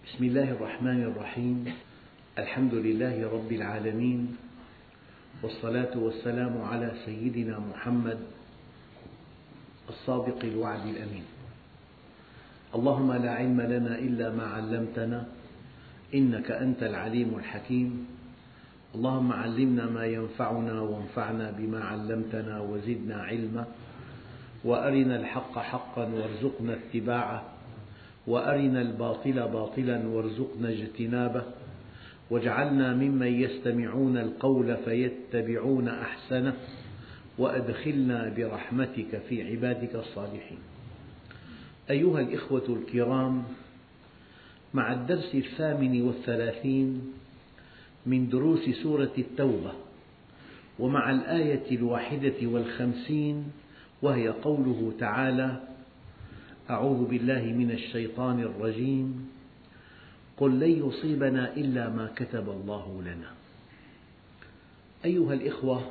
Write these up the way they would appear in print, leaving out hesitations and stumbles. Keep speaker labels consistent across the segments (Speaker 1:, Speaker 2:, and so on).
Speaker 1: بسم الله الرحمن الرحيم. الحمد لله رب العالمين، والصلاة والسلام على سيدنا محمد الصادق الوعد الأمين. اللهم لا علم لنا إلا ما علمتنا إنك أنت العليم الحكيم. اللهم علمنا ما ينفعنا وانفعنا بما علمتنا وزدنا علما، وأرنا الحق حقا وارزقنا اتباعه، وأرنا الباطل باطلا وارزقنا اجتنابه، واجعلنا ممن يستمعون القول فيتبعون أحسنه، وأدخلنا برحمتك في عبادك الصالحين. أيها الإخوة الكرام، مع الدرس 38 من دروس سورة التوبة، ومع الآية 51 وهي قوله تعالى: أعوذ بالله من الشيطان الرجيم، قل لن يصيبنا إلا ما كتب الله لنا. أيها الإخوة،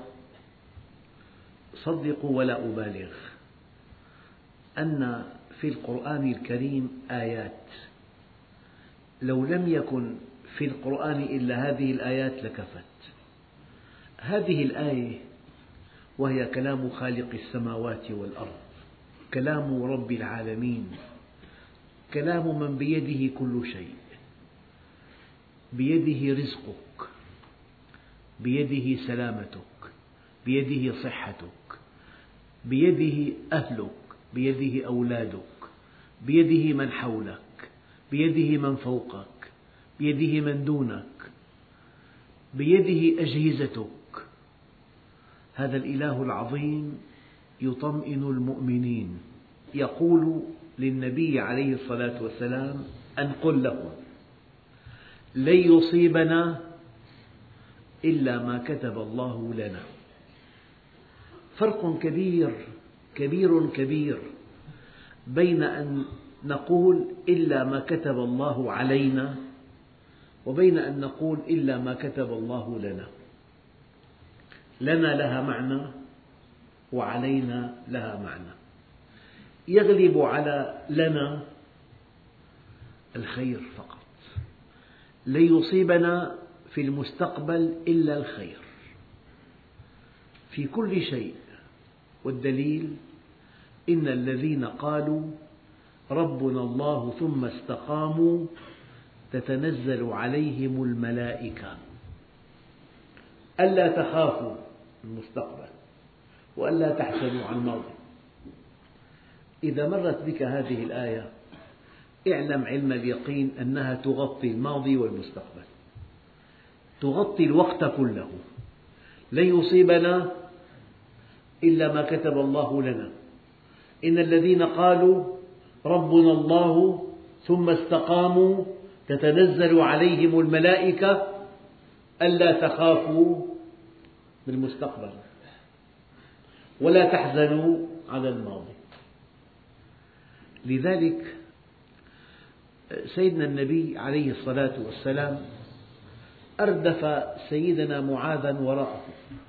Speaker 1: صدقوا ولا أبالغ أن في القرآن الكريم آيات لو لم يكن في القرآن إلا هذه الآيات لكفت. هذه الآية وهي كلام خالق السماوات والأرض، كلام رب العالمين، كلام من بيده كل شيء، بيده رزقك، بيده سلامتك، بيده صحتك، بيده أهلك، بيده أولادك، بيده من حولك، بيده من فوقك، بيده من دونك، بيده أجهزتك. هذا الإله العظيم يطمئن المؤمنين، يقول للنبي عليه الصلاة والسلام: أن قل لهم لن يصيبنا إلا ما كتب الله لنا. فرق كبير كبير كبير بين أن نقول إلا ما كتب الله علينا، وبين أن نقول إلا ما كتب الله لنا. لنا لها معنى، وعلينا لها معنى. يغلب على لنا الخير فقط. لن يصيبنا في المستقبل إلا الخير في كل شيء، والدليل: إن الذين قالوا ربنا الله ثم استقاموا تتنزل عليهم الملائكة ألا تخافوا المستقبل وألا تحزنوا عن الماضي. إذا مرت بك هذه الآية اعلم علم اليقين أنها تغطي الماضي والمستقبل، تغطي الوقت كله. لن يصيبنا إلا ما كتب الله لنا. إن الذين قالوا ربنا الله ثم استقاموا تتنزل عليهم الملائكة ألا تخافوا بالمستقبل ولا تحزنوا على الماضي. لذلك سيدنا النبي عليه الصلاة والسلام أردف سيدنا معاذا وراءه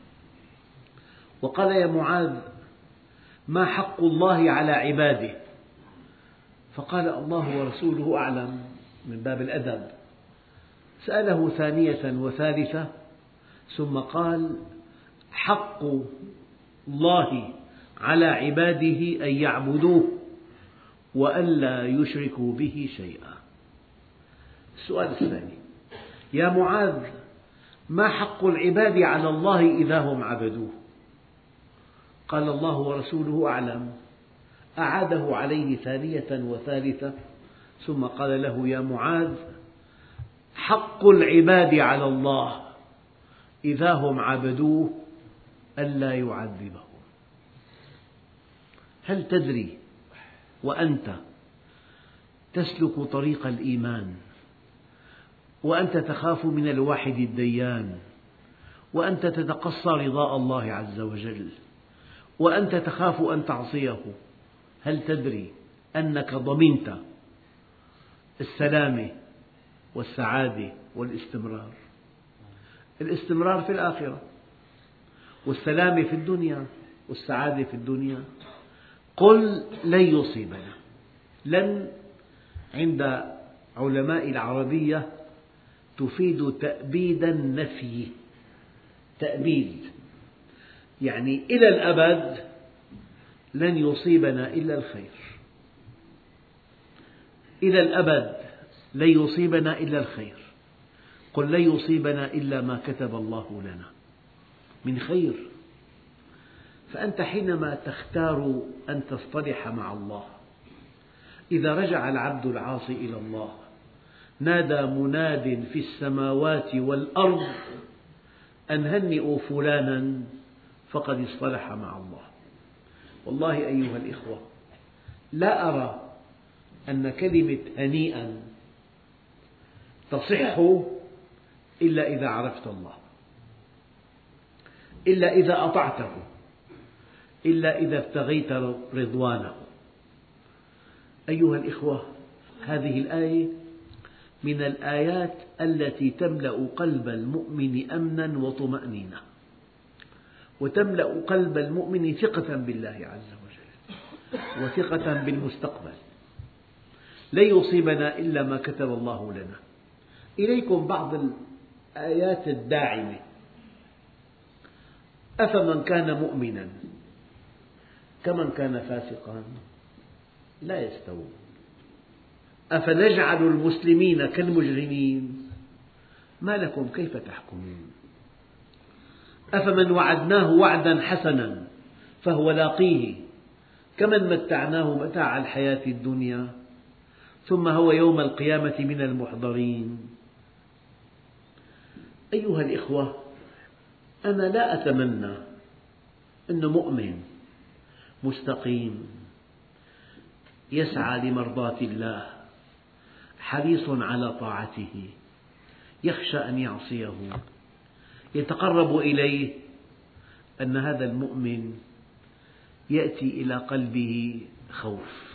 Speaker 1: وقال: يا معاذ، ما حق الله على عباده؟ فقال: الله ورسوله أعلم، من باب الأدب. سأله ثانية وثالثة، ثم قال: حق الله على عباده أن يعبدوه وألا يشركوا به شيئا. السؤال الثاني: يا معاذ، ما حق العباد على الله إذا هم عبدوه؟ قال: الله ورسوله أعلم. أعاده عليه ثانية وثالثة، ثم قال له: يا معاذ، حق العباد على الله إذا هم عبدوه ألا يعذبهم. هل تدري وأنت تسلك طريق الإيمان، وأنت تخاف من الواحد الديان، وأنت تتقصى رضاء الله عز وجل، وأنت تخاف أن تعصيه، هل تدري أنك ضمنت السلامة والسعادة والاستمرار؟ الاستمرار في الآخرة، والسلامة في الدنيا، والسعادة في الدنيا. قل لن يصيبنا. لن عند علماء العربية تفيد تأبيد النفي. تأبيد يعني إلى الأبد لن يصيبنا إلا الخير، إلى الأبد لن يصيبنا إلا الخير، قل لن يصيبنا إلا ما كتب الله لنا من خير. فأنت حينما تختار أن تصطلح مع الله، إذا رجع العبد العاصي إلى الله نادى مناد في السماوات والأرض أن هنئوا فلانا فقد اصطلح مع الله. والله أيها الإخوة، لا أرى أن كلمة هنيئا تصح إلا إذا عرفت الله، إلا إذا أطعته، إلا إذا ابتغيت رضوانه. أيها الإخوة، هذه الآية من الآيات التي تملأ قلب المؤمن أمنا وطمأنينة، وتملأ قلب المؤمن ثقة بالله عز وجل وثقة بالمستقبل. لن يصيبنا إلا ما كتب الله لنا. إليكم بعض الآيات الداعمة: أفمن كان مؤمنا كمن كان فاسقا لا يستوون، أفنجعل المسلمين كالمجرمين ما لكم كيف تحكمون، أفمن وعدناه وعدا حسنا فهو لاقيه كمن متعناه متاع الحياة الدنيا ثم هو يوم القيامة من المحضرين. أيها الإخوة، أنا لا أتمنى أن مؤمن مستقيم يسعى لمرضاة الله حريص على طاعته يخشى أن يعصيه يتقرب إليه، أن هذا المؤمن يأتي إلى قلبه خوف.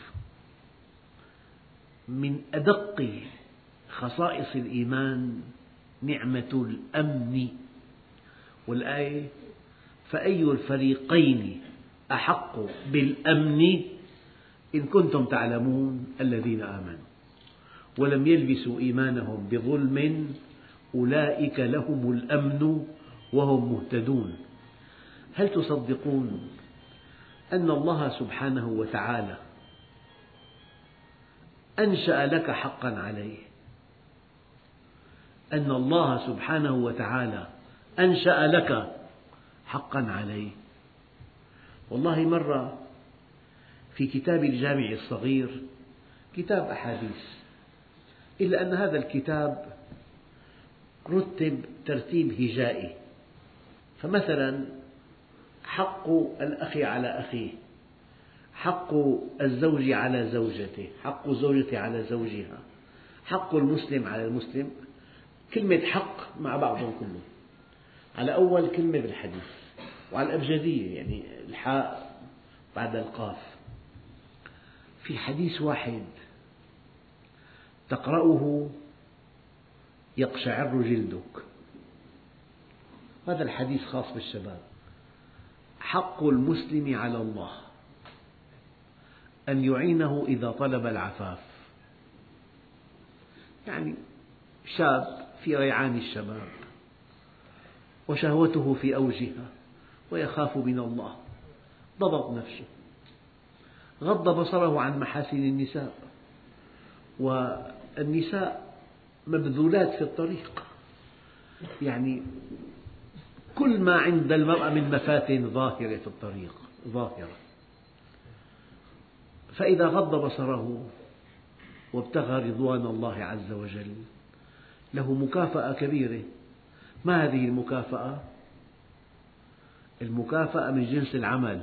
Speaker 1: من أدق خصائص الإيمان نعمة الأمن، والآية: فأي الفريقين أحق بالأمن إن كنتم تعلمون الذين آمنوا ولم يلبسوا إيمانهم بظلم أولئك لهم الأمن وهم مهتدون. هل تصدقون أن الله سبحانه وتعالى أنشأ لك حقا عليه؟ أن الله سبحانه وتعالى أنشأ لك حقا عليه. والله مرة في كتاب الجامع الصغير، كتاب أحاديث، إلا أن هذا الكتاب رتب ترتيب هجائي، فمثلا حق الأخ على أخيه، حق الزوج على زوجته، حق الزوجة على زوجها، حق المسلم على المسلم، كلمة حق مع بعضهم كلهم على أول كلمة بالحديث، وعلى الأبجدية يعني الحاء بعد القاف. في حديث واحد تقرأه يقشعر جلدك، هذا الحديث خاص بالشباب: حق المسلم على الله أن يعينه إذا طلب العفاف. يعني شاب في ريعان الشباب وشهوته في أوجها ويخاف من الله، ضبط نفسه، غض بصره عن محاسن النساء، والنساء مبذولات في الطريق، يعني كل ما عند المرأة من مفاتن ظاهرة في الطريق ظاهرة. فإذا غض بصره وابتغى رضوان الله عز وجل له مكافأة كبيرة. ما هذه المكافأة؟ المكافأة من جنس العمل.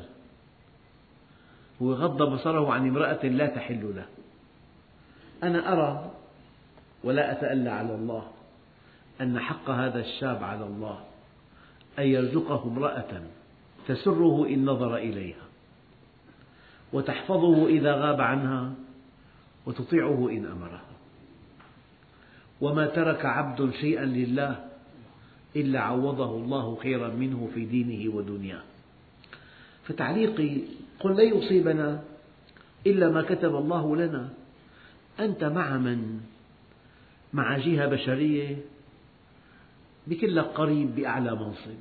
Speaker 1: هو غض بصره عن امرأة لا تحل له. أنا أرى ولا أتألى على الله أن حق هذا الشاب على الله أن يرزقه امرأة تسره إن نظر إليها، وتحفظه إذا غاب عنها، وتطيعه إن أمرها. وما ترك عبد شيئا لله إلا عوضه الله خيرا منه في دينه ودنياه. فتعليقي: قل لن يصيبنا إلا ما كتب الله لنا. أنت مع من مع جهة بشرية بيكون لك قريب بأعلى منصب،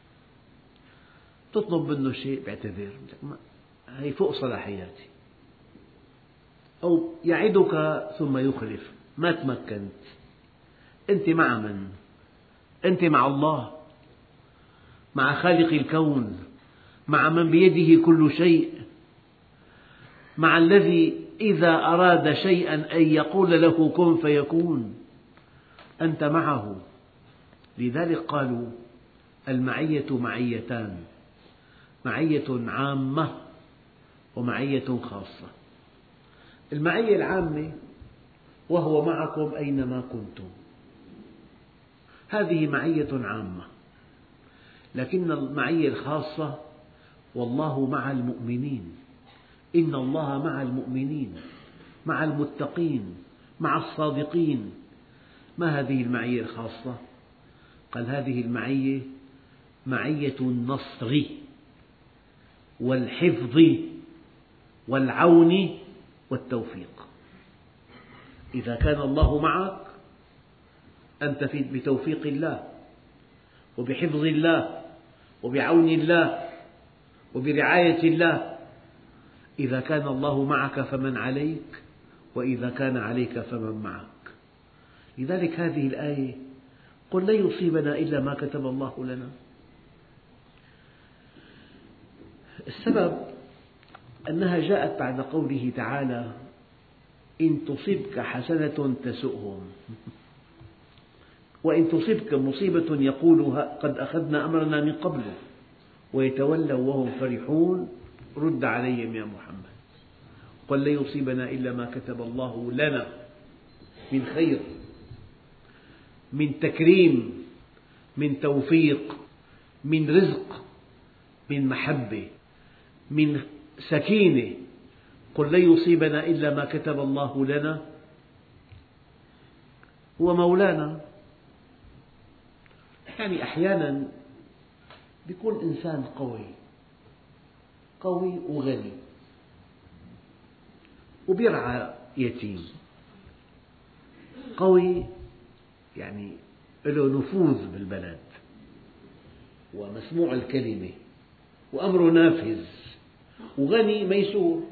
Speaker 1: تطلب منه شيء بيعتذر، هي فوق صلاحياتي، أو يعدك ثم يخلف، ما تمكنت. أنت مع من؟ أنت مع الله، مع خالق الكون، مع من بيده كل شيء، مع الذي إذا أراد شيئا أن يقول له كن فيكون، أنت معه. لذلك قالوا المعية معيتان، معية عامة ومعية خاصة. المعية العامة وهو معكم أينما كنتم، هذه معية عامة. لكن المعية الخاصة والله مع المؤمنين، إن الله مع المؤمنين، مع المتقين، مع الصادقين. ما هذه المعية الخاصة؟ قال هذه المعية معية النصر والحفظ والعون والتوفيق. إذا كان الله معك أنت بتوفيق الله وبحفظ الله وبعون الله وبرعاية الله. إذا كان الله معك فمن عليك، وإذا كان عليك فمن معك. لذلك هذه الآية قل لن يصيبنا إلا ما كتب الله لنا. السبب أنها جاءت بعد قوله تعالى إن تصبك حسنة تسؤهم، وإن تصبك مصيبة يقولوا قد أخذنا أمرنا من قبل ويتولوا وهم فرحون رد عليهم يا محمد قل لن يصيبنا إلا ما كتب الله لنا من خير، من تكريم، من توفيق، من رزق، من محبة، من سكينة. قل لن يصيبنا إلا ما كتب الله لنا. هو مولانا. يعني أحيانا يكون إنسان قوي وغني وبيرعى يتيم، قوي يعني له نفوذ بالبلد ومسموع الكلمة وأمره نافذ، وغني ميسور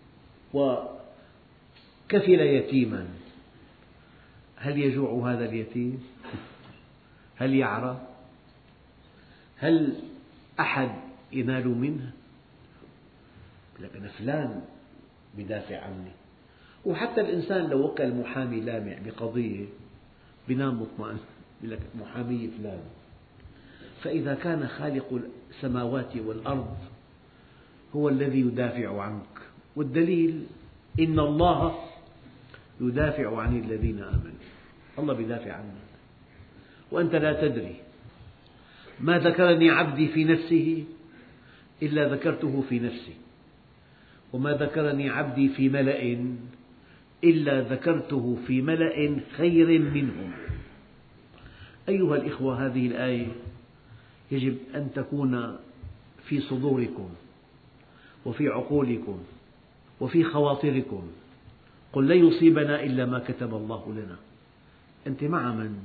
Speaker 1: وكفل يتيما. هل يجوع هذا اليتيم؟ هل يعرى؟ هل أحد ينال منه؟ لكن فلان يدافع عني. وحتى الإنسان لو وكل محامي لامع بقضية بينام مطمئن، يقول لك محامي فلان. فإذا كان خالق السماوات والأرض هو الذي يدافع عنك، والدليل إن الله يدافع عن الذين آمنوا. الله يدافع عنك وأنت لا تدري. ما ذكرني عبدي في نفسه إلا ذكرته في نفسي، وما ذكرني عبدي في ملأ إلا ذكرته في ملأ خير منهم. أيها الإخوة، هذه الآية يجب أن تكون في صدوركم وفي عقولكم وفي خواطركم. قل لن يصيبنا إلا ما كتب الله لنا. أنت مع من؟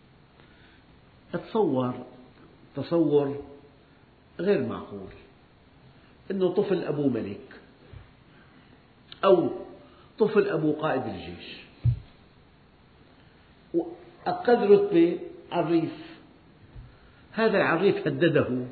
Speaker 1: تصور غير معقول أنه طفل أبوه ملك أو طفل أبوه قائد الجيش، وأقل رتبة عريف. هذا العريف هدده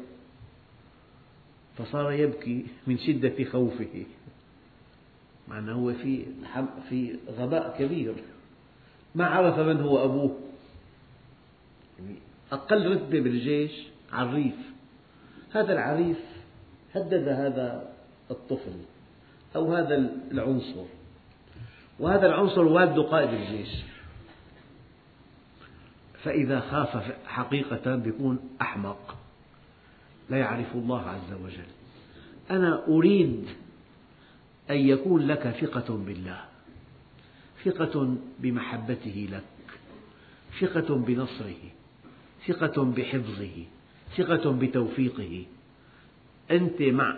Speaker 1: فصار يبكي من شدة خوفه، مع أنه هو في غباء كبير، ما عرف من هو أبوه. يعني أقل رتبة بالجيش عريف، هذا العريف هدد هذا الطفل أو هذا العنصر، وهذا العنصر والده قائد الجيش. فإذا خاف حقيقة بيكون أحمق لا يعرف الله عز وجل. أنا أريد أن يكون لك ثقة بالله، ثقة بمحبته لك، ثقة بنصره، ثقة بحفظه، ثقة بتوفيقه. أنت مع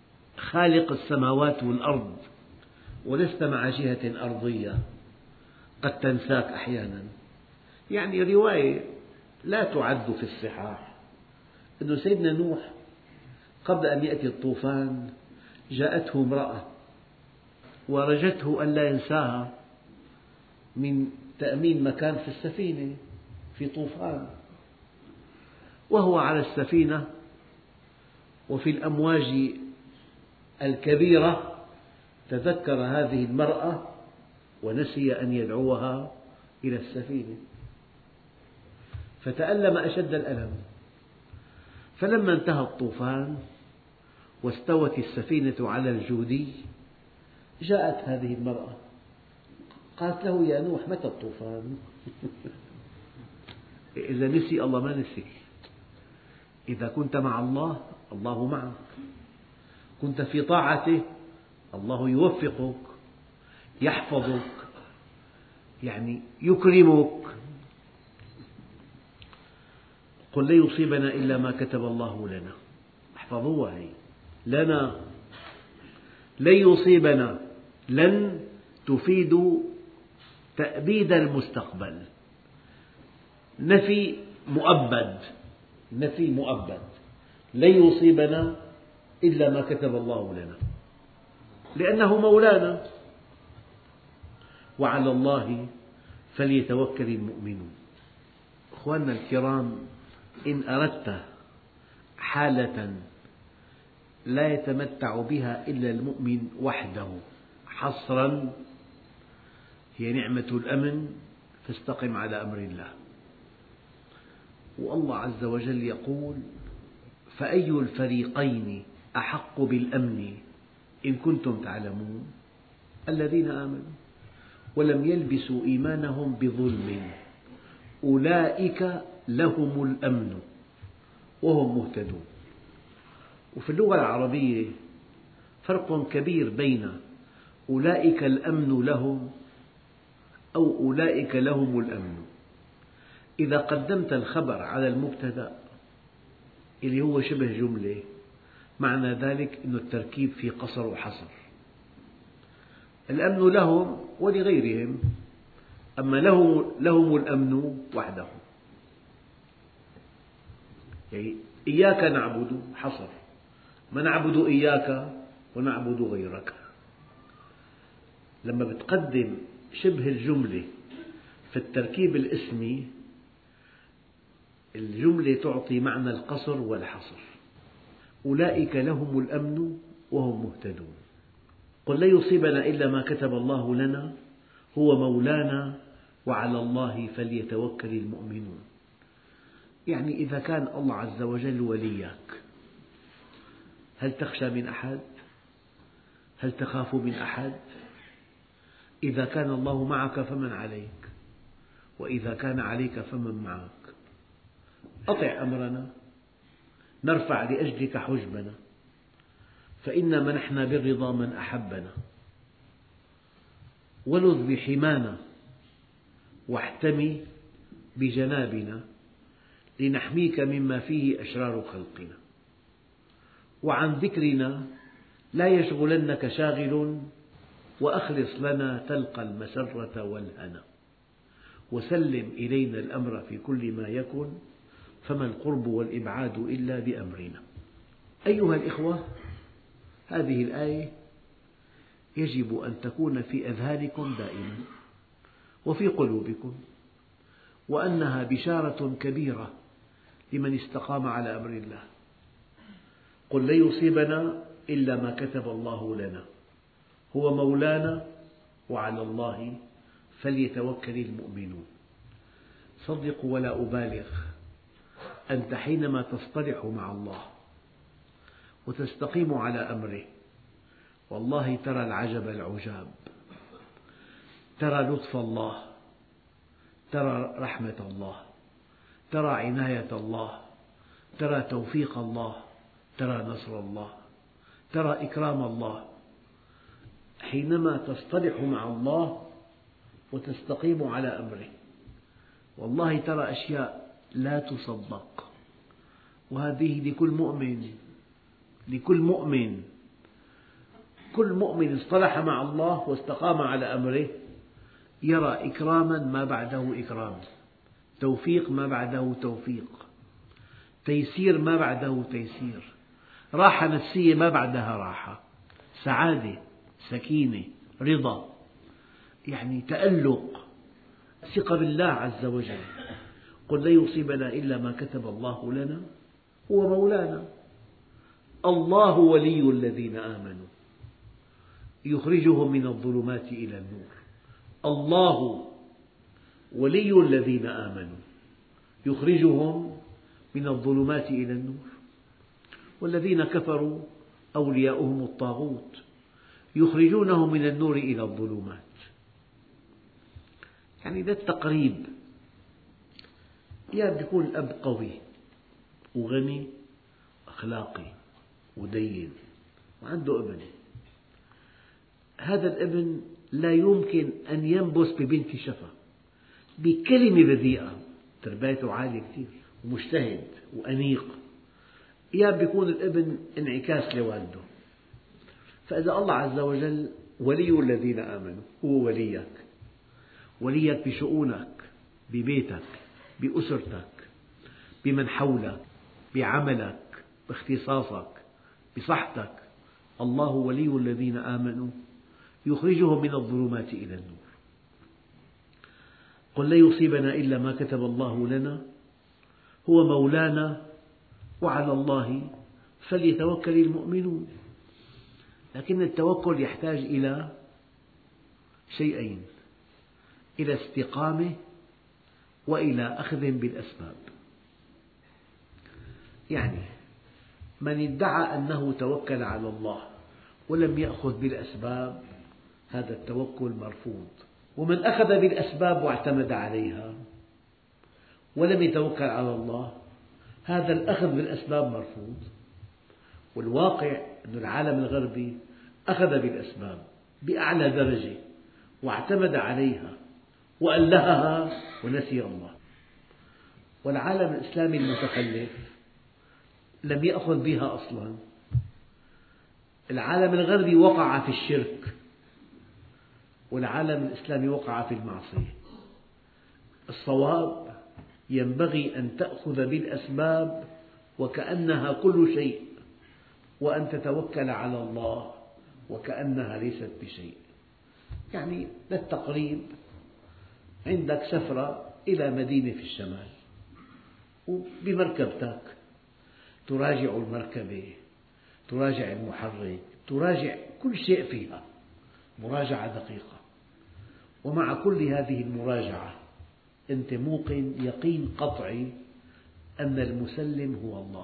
Speaker 1: خالق السماوات والأرض ولست مع جهة أرضية. قد تنساك أحيانا. يعني رواية لا تعد في الصحاح أن سيدنا نوح قبل أن يأتي الطوفان جاءته امرأة ورجته ألا ينساها من تأمين مكان في السفينة في طوفان، وهو على السفينة وفي الأمواج الكبيرة تذكر هذه المرأة ونسي أن يدعوها إلى السفينة، فتألم أشد الألم. فلما انتهى الطوفان واستوت السفينة على الجودي جاءت هذه المرأة قالت له: يا نوح متى الطوفان؟ إذا نسي الله ما نسي. إذا كنت مع الله الله معك، كنت في طاعته الله يوفقك يحفظك يعني يكرمك. قل لن يصيبنا إلا ما كتب الله لنا. احفظوها هي لنا، لن يصيبنا، لن تفيد تأبيد المستقبل، نفي مؤبد، نفي مؤبد، لن يصيبنا إلا ما كتب الله لنا، لأنه مولانا وعلى الله فليتوكل المؤمنون. أخواننا الكرام، إن أردت حالة لا يتمتع بها إلا المؤمن وحده حصرا هي نعمة الأمن، فاستقم على أمر الله. والله عز وجل يقول: فأي الفريقين أحق بالأمن إن كنتم تعلمون الذين آمنوا ولم يلبسوا إيمانهم بظلم أولئك لهم الأمن وهم مهتدون. وفي اللغة العربية فرق كبير بين أولئك الأمن لهم أو أولئك لهم الأمن. إذا قدمت الخبر على المبتدأ اللي هو شبه جملة معنى ذلك أن التركيب فيه قصر وحصر. الأمن لهم ولغيرهم، أما لهم الأمن وحدهم. يعني إياك نعبد حصر، ما نعبد إياك ونعبد غيرك. لما بتقدم شبه الجملة في التركيب الاسمي الجملة تعطي معنى القصر والحصر. أولئك لهم الأمن وهم مهتدون. قل لن يصيبنا إلا ما كتب الله لنا هو مولانا وعلى الله فليتوكل المؤمنون. يعني إذا كان الله عز وجل وليك هل تخشى من أحد؟ هل تخاف من أحد؟ إذا كان الله معك فمن عليك، وإذا كان عليك فمن معك. أطع أمرنا نرفع لأجلك حجبنا، فإنا منحنا بالرضا من أحبنا، ولذ بحمانا واحتمي بجنابنا لنحميك مما فيه أشرار خلقنا. وعن ذكرنا لا يشغلنك شاغل، وأخلص لنا تلقى المسرة والهنا، وسلم إلينا الأمر في كل ما يكن، فما القرب والإبعاد إلا بأمرنا. أيها الإخوة، هذه الآية يجب أن تكون في أذهانكم دائما وفي قلوبكم، وأنها بشارة كبيرة لمن استقام على أمر الله. قل لن يصيبنا إلا ما كتب الله لنا هو مولانا وعلى الله فليتوكل المؤمنون. صدقوا ولا أبالغ، أنت حينما تصطلح مع الله وتستقيم على أمره والله ترى العجب العجاب، ترى لطف الله، ترى رحمة الله، ترى عناية الله، ترى توفيق الله، ترى نصر الله، ترى إكرام الله. حينما تصطلح مع الله وتستقيم على أمره والله ترى أشياء لا تصدق، وهذه لكل مؤمن، لكل مؤمن. كل مؤمن اصطلح مع الله واستقام على أمره يرى إكراما ما بعده إكرام، توفيق ما بعده توفيق، تيسير ما بعده تيسير، راحة نفسية ما بعدها راحة، سعادة، سكينة، رضا، يعني تألق، ثقة بالله عز وجل. قل لن يصيبنا إلا ما كتب الله لنا هو مولانا، الله ولي الذين آمنوا يخرجهم من الظلمات إلى النور. الله ولي الذين آمنوا يخرجهم من الظلمات إلى النور، والذين كفروا أولياؤهم الطاغوت يخرجونهم من النور إلى الظلمات. يعني ده التقريب. يا بيكون الأب قوي وغني أخلاقي ودين وعنده ابن، هذا الابن لا يمكن أن ينبس ببنت شفا بكلمة بذيئة، تربيته عالية كثير ومجتهد وأنيق. يا بيكون الابن انعكاس لوالده. فإذا الله عز وجل ولي الذين آمنوا، هو وليك بشؤونك، ببيتك، بأسرتك، بمن حولك، بعملك، باختصاصك، بصحتك. الله ولي الذين آمنوا يخرجهم من الظلمات إلى النور. قل لن يصيبنا إلا ما كتب الله لنا هو مولانا وعلى الله فليتوكل المؤمنون. لكن التوكل يحتاج إلى شيئين: إلى استقامة وإلى أخذ بالأسباب. يعني من ادعى أنه توكل على الله ولم يأخذ بالأسباب هذا التوكل مرفوض، ومن أخذ بالأسباب واعتمد عليها ولم يتوكل على الله هذا الأخذ بالأسباب مرفوض. والواقع أن العالم الغربي أخذ بالأسباب بأعلى درجة واعتمد عليها وألهها ونسي الله، والعالم الإسلامي المتخلف لم يأخذ بها أصلا. العالم الغربي وقع في الشرك والعالم الإسلامي وقع في المعصية. الصواب ينبغي أن تأخذ بالأسباب وكأنها كل شيء، وأن تتوكل على الله وكأنها ليست بشيء. يعني للتقريب، عندك سفرة إلى مدينة في الشمال وبمركبتك تراجع المركبة، تراجع المحرك، تراجع كل شيء فيها مراجعة دقيقة، ومع كل هذه المراجعة أنت موقن يقين قطعي أن المسلم هو الله.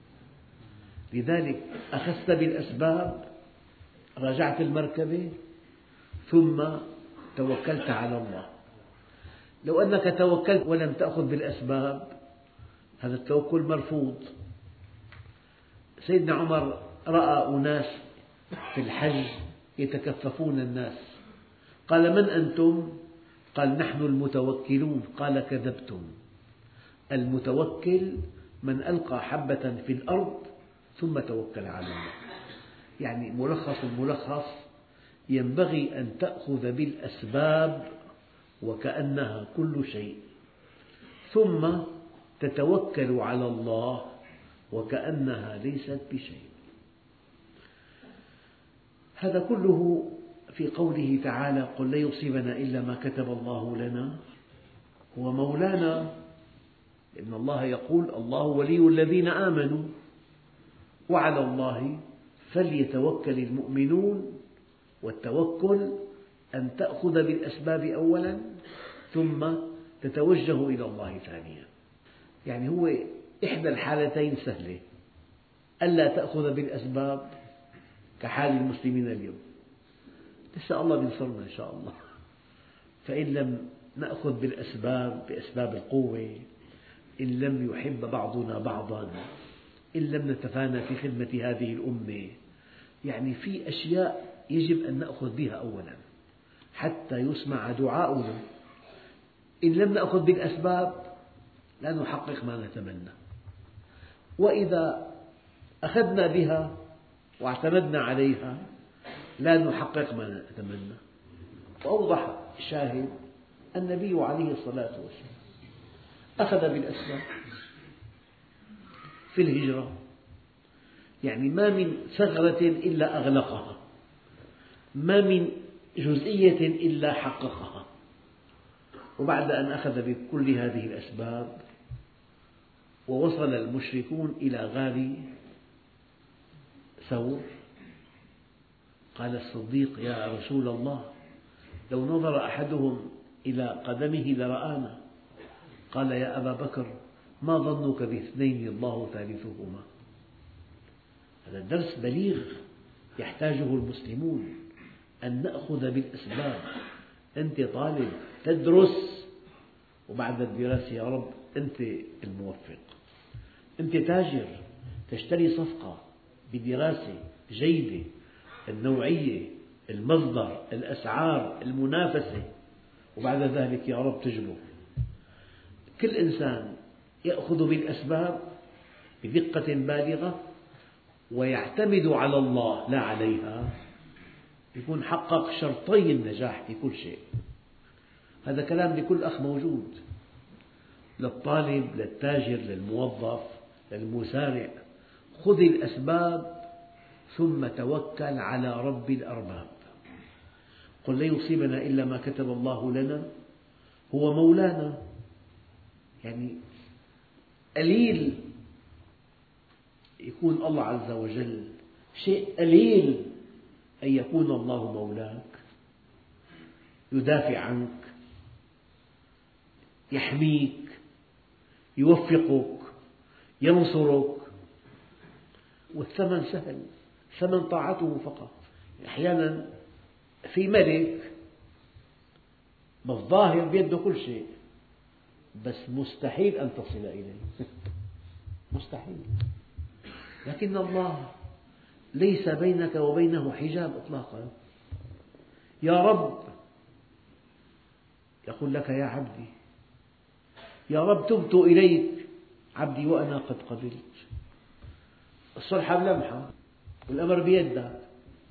Speaker 1: لذلك أخذت بالأسباب، راجعت المركبة، ثم توكلت على الله. لو أنك توكلت ولم تأخذ بالأسباب هذا التوكل مرفوض. سيدنا عمر رأى أناس في الحج يتكففون الناس، قال: من أنتم؟ قال: نحن المتوكلون. قال: كذبتم، المتوكل من ألقى حبة في الأرض ثم توكل على الله. يعني ملخص الملخص: ينبغي أن تأخذ بالأسباب وكأنها كل شيء، ثم تتوكل على الله وكأنها ليست بشيء. هذا كله في قوله تعالى: قل لن يصيبنا إلا ما كتب الله لنا هو مولانا. إن الله يقول: الله ولي الذين آمنوا وعلى الله فليتوكل المؤمنون. والتوكل أن تأخذ بالأسباب أولا ثم تتوجه إلى الله ثانيا. يعني هو إحدى الحالتين سهلة: ألا تأخذ بالأسباب كحال المسلمين اليوم، لسه الله بينصرنا إن شاء الله. فإن لم نأخذ بالأسباب، بأسباب القوة، إن لم يحب بعضنا بعضا، إن لم نتفانى في خدمة هذه الأمة، يعني في أشياء يجب أن نأخذ بها أولا حتى يسمع دعاؤنا. إن لم نأخذ بالأسباب لا نحقق ما نتمنى، وإذا أخذنا بها واعتمدنا عليها لا نحقق ما نتمنى. وأوضح شاهد النبي عليه الصلاة والسلام أخذ بالأسباب في الهجرة، يعني ما من ثغرة إلا أغلقها، ما من جزئية إلا حققها. وبعد أن أخذ بكل هذه الأسباب ووصل المشركون إلى غار ثور، قال الصديق: يا رسول الله، لو نظر أحدهم إلى قدمه لرآنا. قال: يا أبا بكر، ما ظنك باثنين الله ثالثهما؟ هذا الدرس بليغ يحتاجه المسلمون، أن نأخذ بالأسباب. أنت طالب تدرس، وبعد الدراسة يا رب أنت الموفق. أنت تاجر تشتري صفقة بدراسة جيدة، النوعية، المصدر، الأسعار، المنافسة، وبعد ذلك يا رب تجبر. كل إنسان يأخذ بالأسباب بدقة بالغة ويعتمد على الله لا عليها، يكون حقق شرطي النجاح في كل شيء. هذا كلام لكل أخ موجود، للطالب، للتاجر، للموظف، للمسارع. خذ الأسباب ثم توكل على رب الأرباب. قل لن يصيبنا إلا ما كتب الله لنا هو مولانا. يعني قليل يكون الله عز وجل، شيء قليل أن يكون الله مولاك، يدافع عنك، يحميك، يوفقك، ينصرك، والثمن سهل، ثمن طاعته فقط. أحيانا في ملك بالظاهر بيده كل شيء، بس مستحيل أن تصل إليه، مستحيل. لكن الله ليس بينك وبينه حجاب إطلاقا. يا رب يقول لك: يا عبدي، يا رب تبت إليك عبدي وأنا قد قبلت. الصلحة بلمحة والأمر بيدك.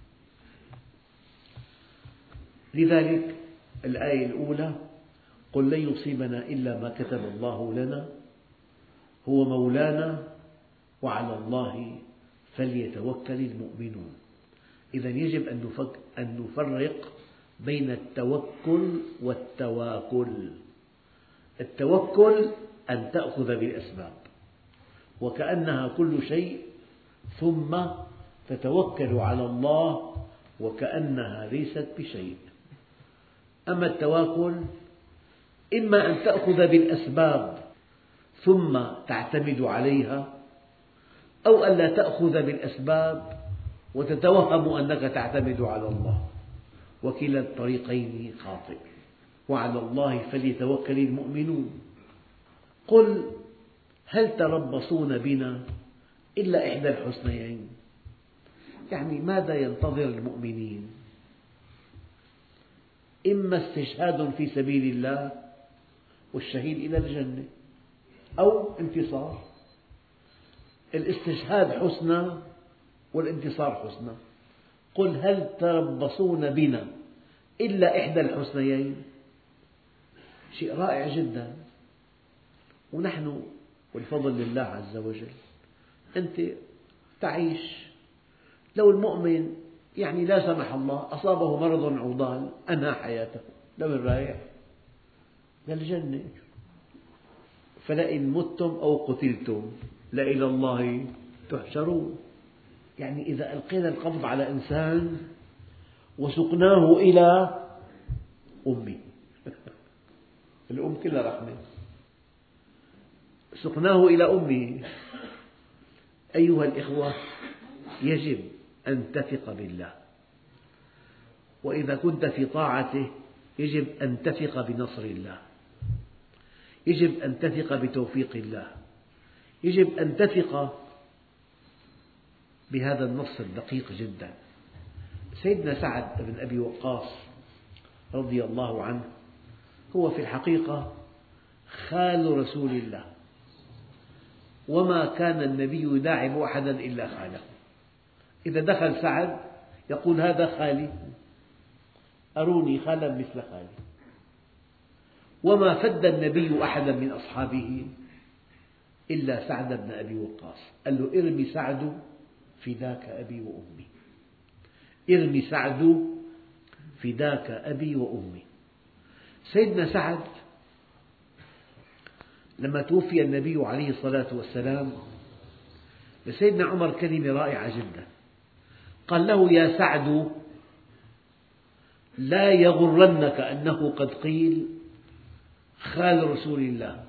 Speaker 1: لذلك الآية الأولى: قل لن يصيبنا إلا ما كتب الله لنا هو مولانا وعلى الله فليتوكل المؤمنون. إذا يجب أن نفرق بين التوكل والتواكل. التوكل أن تأخذ بالأسباب وكأنها كل شيء، ثم تتوكل على الله وكأنها ليست بشيء. أما التواكل إما أن تأخذ بالأسباب ثم تعتمد عليها، أو ألا تأخذ بالأسباب وتتوهم أنك تعتمد على الله، وكلا الطريقين خاطئ. وعلى الله فليتوكل المؤمنون. قل هل تربصون بنا إلا إحدى الحسنيين؟ يعني ماذا ينتظر المؤمنين؟ إما استشهاد في سبيل الله والشهيد إلى الجنة، أو انتصار. الاستشهاد حسنى والانتصار حسنى. قل هل تربصون بنا إلا إحدى الحسنيين؟ شيء رائع جدا. ونحن والفضل لله عز وجل أنت تعيش. لو المؤمن يعني لا سمح الله أصابه مرض عضال أنهى حياته، لوين رايح؟ للجنة. فلئن متم أو قتلتم لإلى الله تحشرون. يعني إذا ألقينا القبض على إنسان وسقناه إلى أمه الأم كلها رحمة، سقناه إلى أمه. أيها الإخوة، يجب أن تثق بالله، وإذا كنت في طاعته يجب أن تثق بنصر الله، يجب أن تثق بتوفيق الله، يجب أن تثق بهذا النص الدقيق جدا. سيدنا سعد بن أبي وقاص رضي الله عنه هو في الحقيقة خال رسول الله، وما كان النبي يداعب أحدا إلا خاله. إذا دخل سعد يقول: هذا خالي، أروني خالا مثل خالي. وما فد النبي أحدا من أصحابه إلا سعد بن أبي وقاص، قال له ارمي سعد فداك أبي وأمي، ارمي سعد فداك أبي وأمي. سيدنا سعد لما توفي النبي عليه الصلاة والسلام لسيدنا عمر كلمة رائعة جدا، قال له يا سعد لا يغرنك أنه قد قيل خال رسول الله،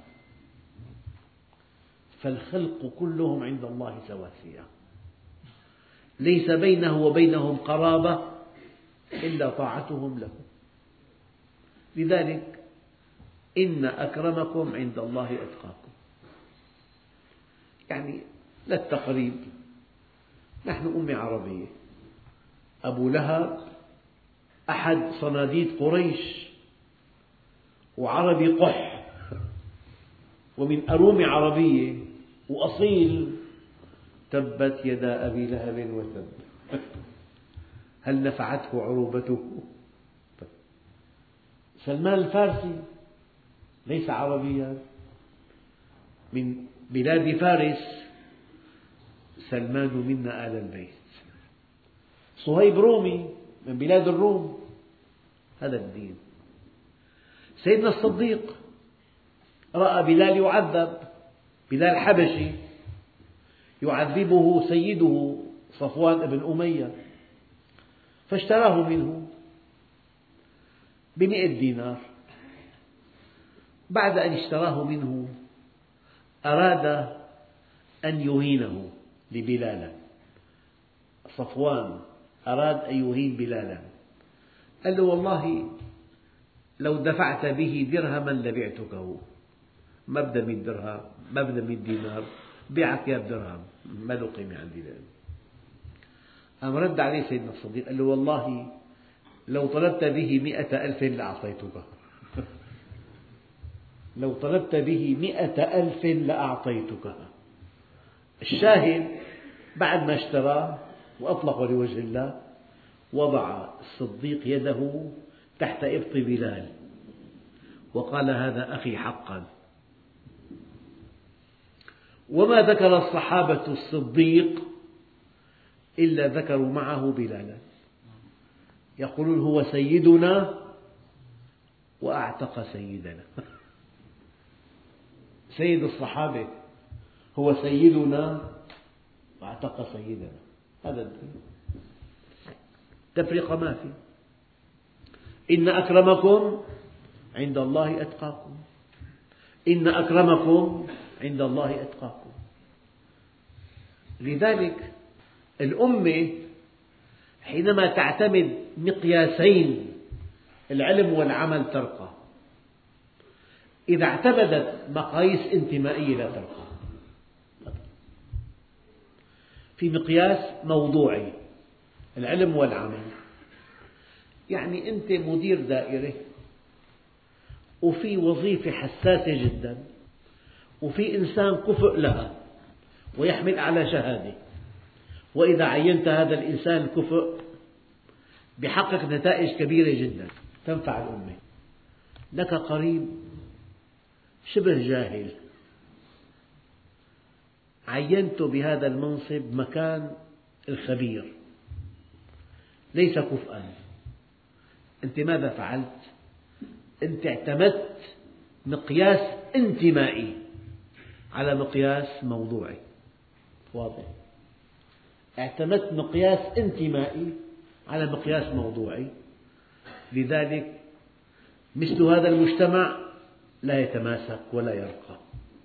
Speaker 1: فالخلق كلهم عند الله سواسية، ليس بينه وبينهم قرابة إلا طاعتهم له، لذلك إن أكرمكم عند الله أتقاكم. يعني للتقريب، نحن أمة عربية، أبو لهب أحد صناديد قريش وعربي قح ومن أرومة عربية وأصيل، تبت يدا أبي لهب وتب هل نفعته عروبته؟ سلمان الفارسي ليس عربيا، من بلاد فارس، سلمان منا آل البيت. صهيب رومي من بلاد الروم، هذا الدين. سيدنا الصديق رأى بلال يعذب، بلال حبشي يعذبه سيده صفوان بن أمية، فاشتراه منه ب100 دينار. بعد أن اشتراه منه أراد أن يهينه لبلال، صفوان أراد أن يهين بلالا، قال له والله لو دفعت به درهما لبعتكه، ما بدي 100 درهم، ما بدي 100 دينار، بيعك يا بدرهم، ما له قيمة عندي الآن. قام رد عليه سيدنا الصديق قال له والله لو طلبت به 100,000 لأعطيتك لو طلبت به 100,000 لأعطيتك. الشاهد بعد ما اشتراه وأطلقه لوجه الله، وضع الصديق يده تحت إبط بلال وقال هذا أخي حقا. وما ذكر الصحابة الصديق إلا ذكروا معه بلالا، يقولون هو سيدنا وأعتق سيدنا سيد الصحابة هو سيدنا واعتق سيدنا، هذا الدين، تفرقة ما في. إن أكرمكم عند الله أتقاكم، إن أكرمكم عند الله أتقاكم. لذلك الأمة حينما تعتمد مقياسين، العلم والعمل، ترقى. إذا اعتمدت مقاييس انتمائية لا ترقى. في مقياس موضوعي، العلم والعمل، يعني أنت مدير دائرة وفي وظيفة حساسة جدا وفي إنسان كفء لها ويحمل أعلى شهادة، وإذا عينت هذا الإنسان كفء بيحقق نتائج كبيرة جدا تنفع الأمة. لك قريب شبه جاهل عينته بهذا المنصب مكان الخبير، ليس كفءا، أنت ماذا فعلت؟ أنت اعتمدت مقياس انتمائي على مقياس موضوعي. واضح؟ اعتمدت مقياس انتمائي على مقياس موضوعي، لذلك مثل هذا المجتمع لا يتماسك ولا يرقى.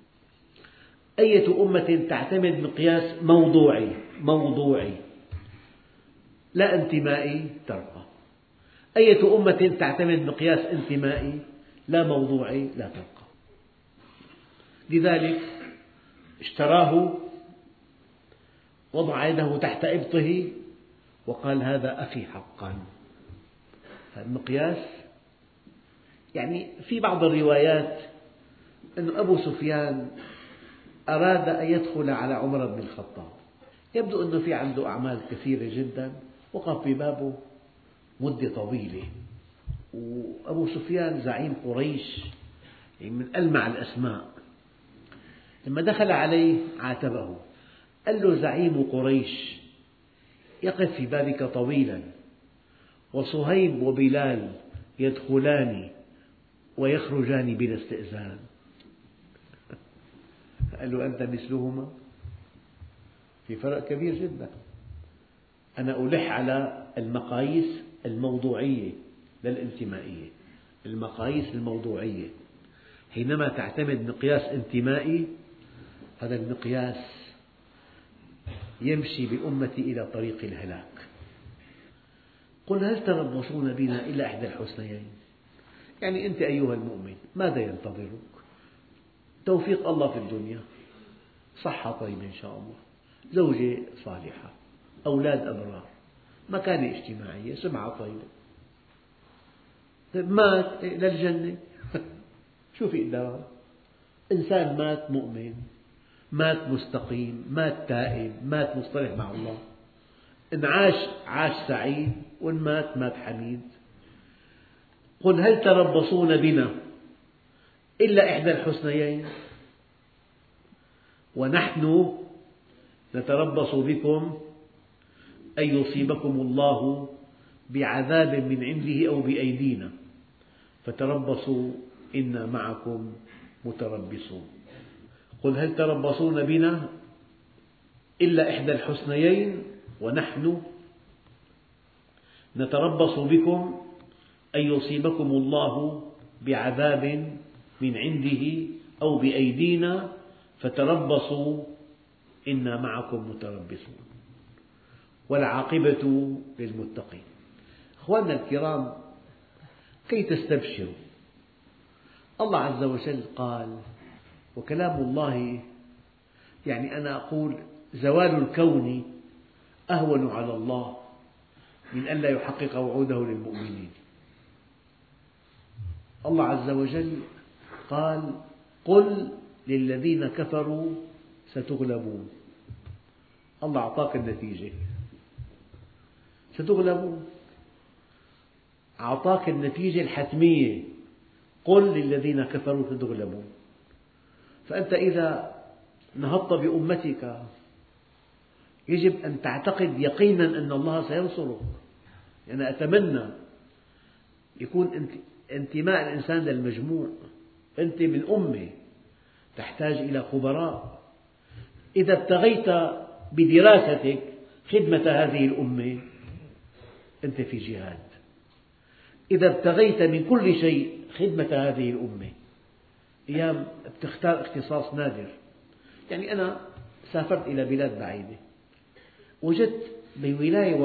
Speaker 1: أية أمة تعتمد مقياس موضوعي لا انتمائي ترقى، أية أمة تعتمد مقياس انتمائي لا موضوعي لا ترقى. لذلك اشتراه، وضع يده تحت إبطه وقال هذا أخي حقا. المقياس، يعني في بعض الروايات أن أبو سفيان أراد أن يدخل على عمر بن الخطاب، يبدو أنه في عنده أعمال كثيرة جدا، وقف ببابه مدة طويلة، وأبو سفيان زعيم قريش يعني من ألمع الأسماء. لما دخل عليه عاتبه، قال له: زعيم قريش يقف في بابك طويلا، وصهيب وبلال يدخلان ويخرجان بلا استئذان. قال له: أنت مثلهما؟ في فرق كبير جدا. أنا ألح على المقاييس الموضوعية لا الانتمائية. المقاييس الموضوعية، حينما تعتمد مقياس انتمائي، هذا المقياس يمشي بالأمة إلى طريق الهلاك. قل هل تربصون بنا إلا إحدى الحسنيين. يعني أنت أيها المؤمن ماذا ينتظرك؟ توفيق الله في الدنيا، صحة طيبة إن شاء الله، زوجة صالحة، أولاد أبرار، مكانة اجتماعية، سمعة طيبة، مات للجنة. شو في قدامك؟ إنسان مات مؤمن، مات مستقيم، مات تائب، مات مصطلح مع الله، إن عاش عاش سعيد، وإن مات مات حميد. قل هل تربصون بنا إلا إحدى الحسنيين ونحن نتربص بكم أن يصيبكم الله بعذاب من عنده أو بأيدينا فتربصوا إنا معكم متربصون. قل هل تربصون بنا إلا إحدى الحسنيين ونحن نتربص بكم أن يصيبكم الله بعذاب من عنده أو بأيدينا فتربصوا إنا معكم متربصون والعاقبة للمتقين. أخواننا الكرام، كي تستبشروا، الله عز وجل قال، وكلام الله يعني أنا أقول زوال الكون أهون على الله من أن لا يحقق وعوده للمؤمنين. الله عز وجل قال: قل للذين كفروا ستغلبون. الله أعطاك النتيجة، ستغلبون، أعطاك النتيجة الحتمية، قل للذين كفروا ستغلبون. فأنت إذا نهضت بأمتك يجب أن تعتقد يقينا أن الله سينصرك. أنا أتمنى يكون انتماء الإنسان للمجموع. أنت من أمة تحتاج إلى خبراء. إذا ابتغيت بدراستك خدمة هذه الأمة أنت في جهاد. إذا ابتغيت من كل شيء خدمة هذه الأمة، أيام بتختار اختصاص نادر. يعني أنا سافرت إلى بلاد بعيدة، وجدت بولاية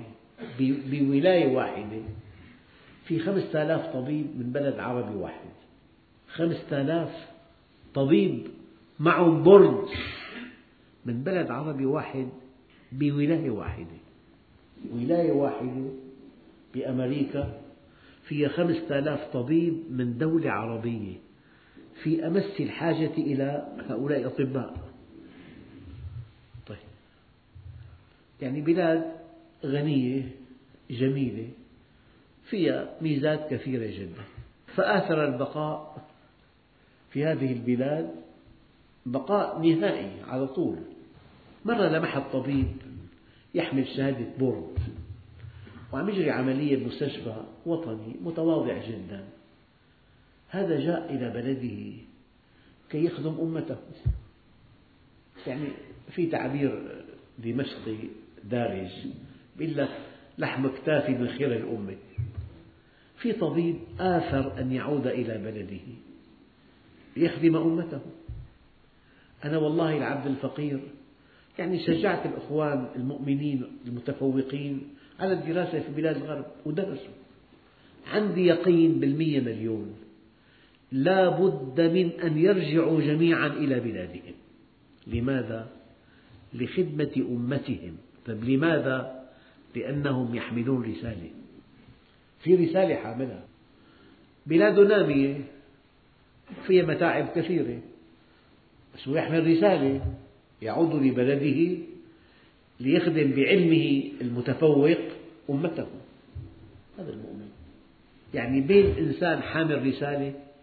Speaker 1: واحدة في 5000 طبيب من بلد عربي واحد. 5000 طبيب معهم بورد من بلد عربي واحد بولاية واحدة. ولاية واحدة بأمريكا فيها 5000 طبيب من دولة عربية في أمس الحاجة إلى هؤلاء الأطباء. طيب، يعني بلاد غنية جميلة فيها ميزات كثيرة جدا، فآثر البقاء في هذه البلاد بقاء نهائي على طول. مرة لمحت طبيب يحمل شهادة بورد وعم يجري عملية بمستشفى وطني متواضع جدا. هذا جاء إلى بلده كي يخدم أمته. يعني في تعبير دمشقي دارج يقول لك: لحم كتافي من خير الأمة. في طبيب آثر أن يعود إلى بلده ليخدم أمته. أنا والله العبد الفقير يعني شجعت الأخوان المؤمنين المتفوقين على الدراسة في بلاد الغرب ودرسوا. عندي يقين بالمية مليون لا بد من أن يرجعوا جميعا إلى بلادهم. لماذا؟ لخدمة أمتهم. طيب لماذا؟ لأنهم يحملون رسالة، في رسالة حاملها. بلاد نامية فيها متاعب كثيرة، بس هو يحمل رسالة، يعود لبلده ليخدم بعلمه المتفوق أمته. هذا المؤمن. يعني بين إنسان حامل رسالة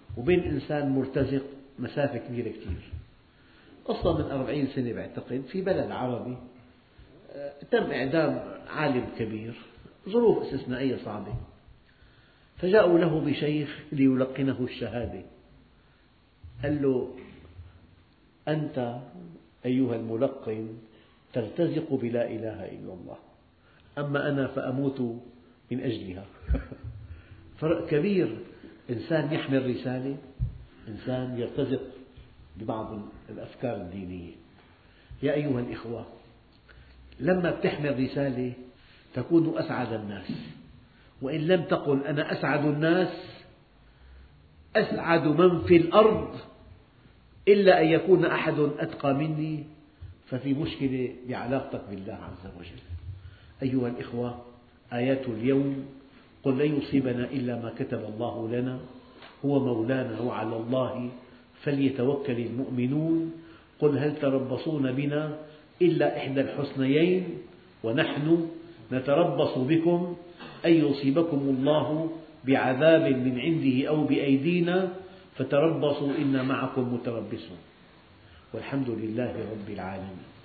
Speaker 1: وبين إنسان مرتزق مسافة كبيرة كثير. قصة من 40 سنة بعتقد في بلد عربي تم إعدام عالم كبير، ظروف استثنائية صعبة، فجاءوا له بشيخ ليلقنه الشهادة. قال له: أنت أيها الملقن ترتزق بلا إله إلا الله، أما أنا فأموت من أجلها. فرق كبير، إنسان يحمل رسالة، إنسان يرتزق ببعض الأفكار الدينية. يا أيها الإخوة، لما تحمل رسالة تكون أسعد الناس، وإن لم تقل أنا أسعد الناس، أسعد من في الأرض، إلا أن يكون أحد أتقى مني، ففي مشكلة بعلاقتك بالله عز وجل. أيها الإخوة، آيات اليوم: قل لن يصيبنا إلا ما كتب الله لنا هو مولانا وعلى الله فليتوكل المؤمنون. قل هل تربصون بنا إلا إحدى الحسنيين ونحن نتربص بكم أن يصيبكم الله بعذاب من عنده أو بأيدينا فتربصوا إنا معكم متربصون، والحمد لله رب العالمين.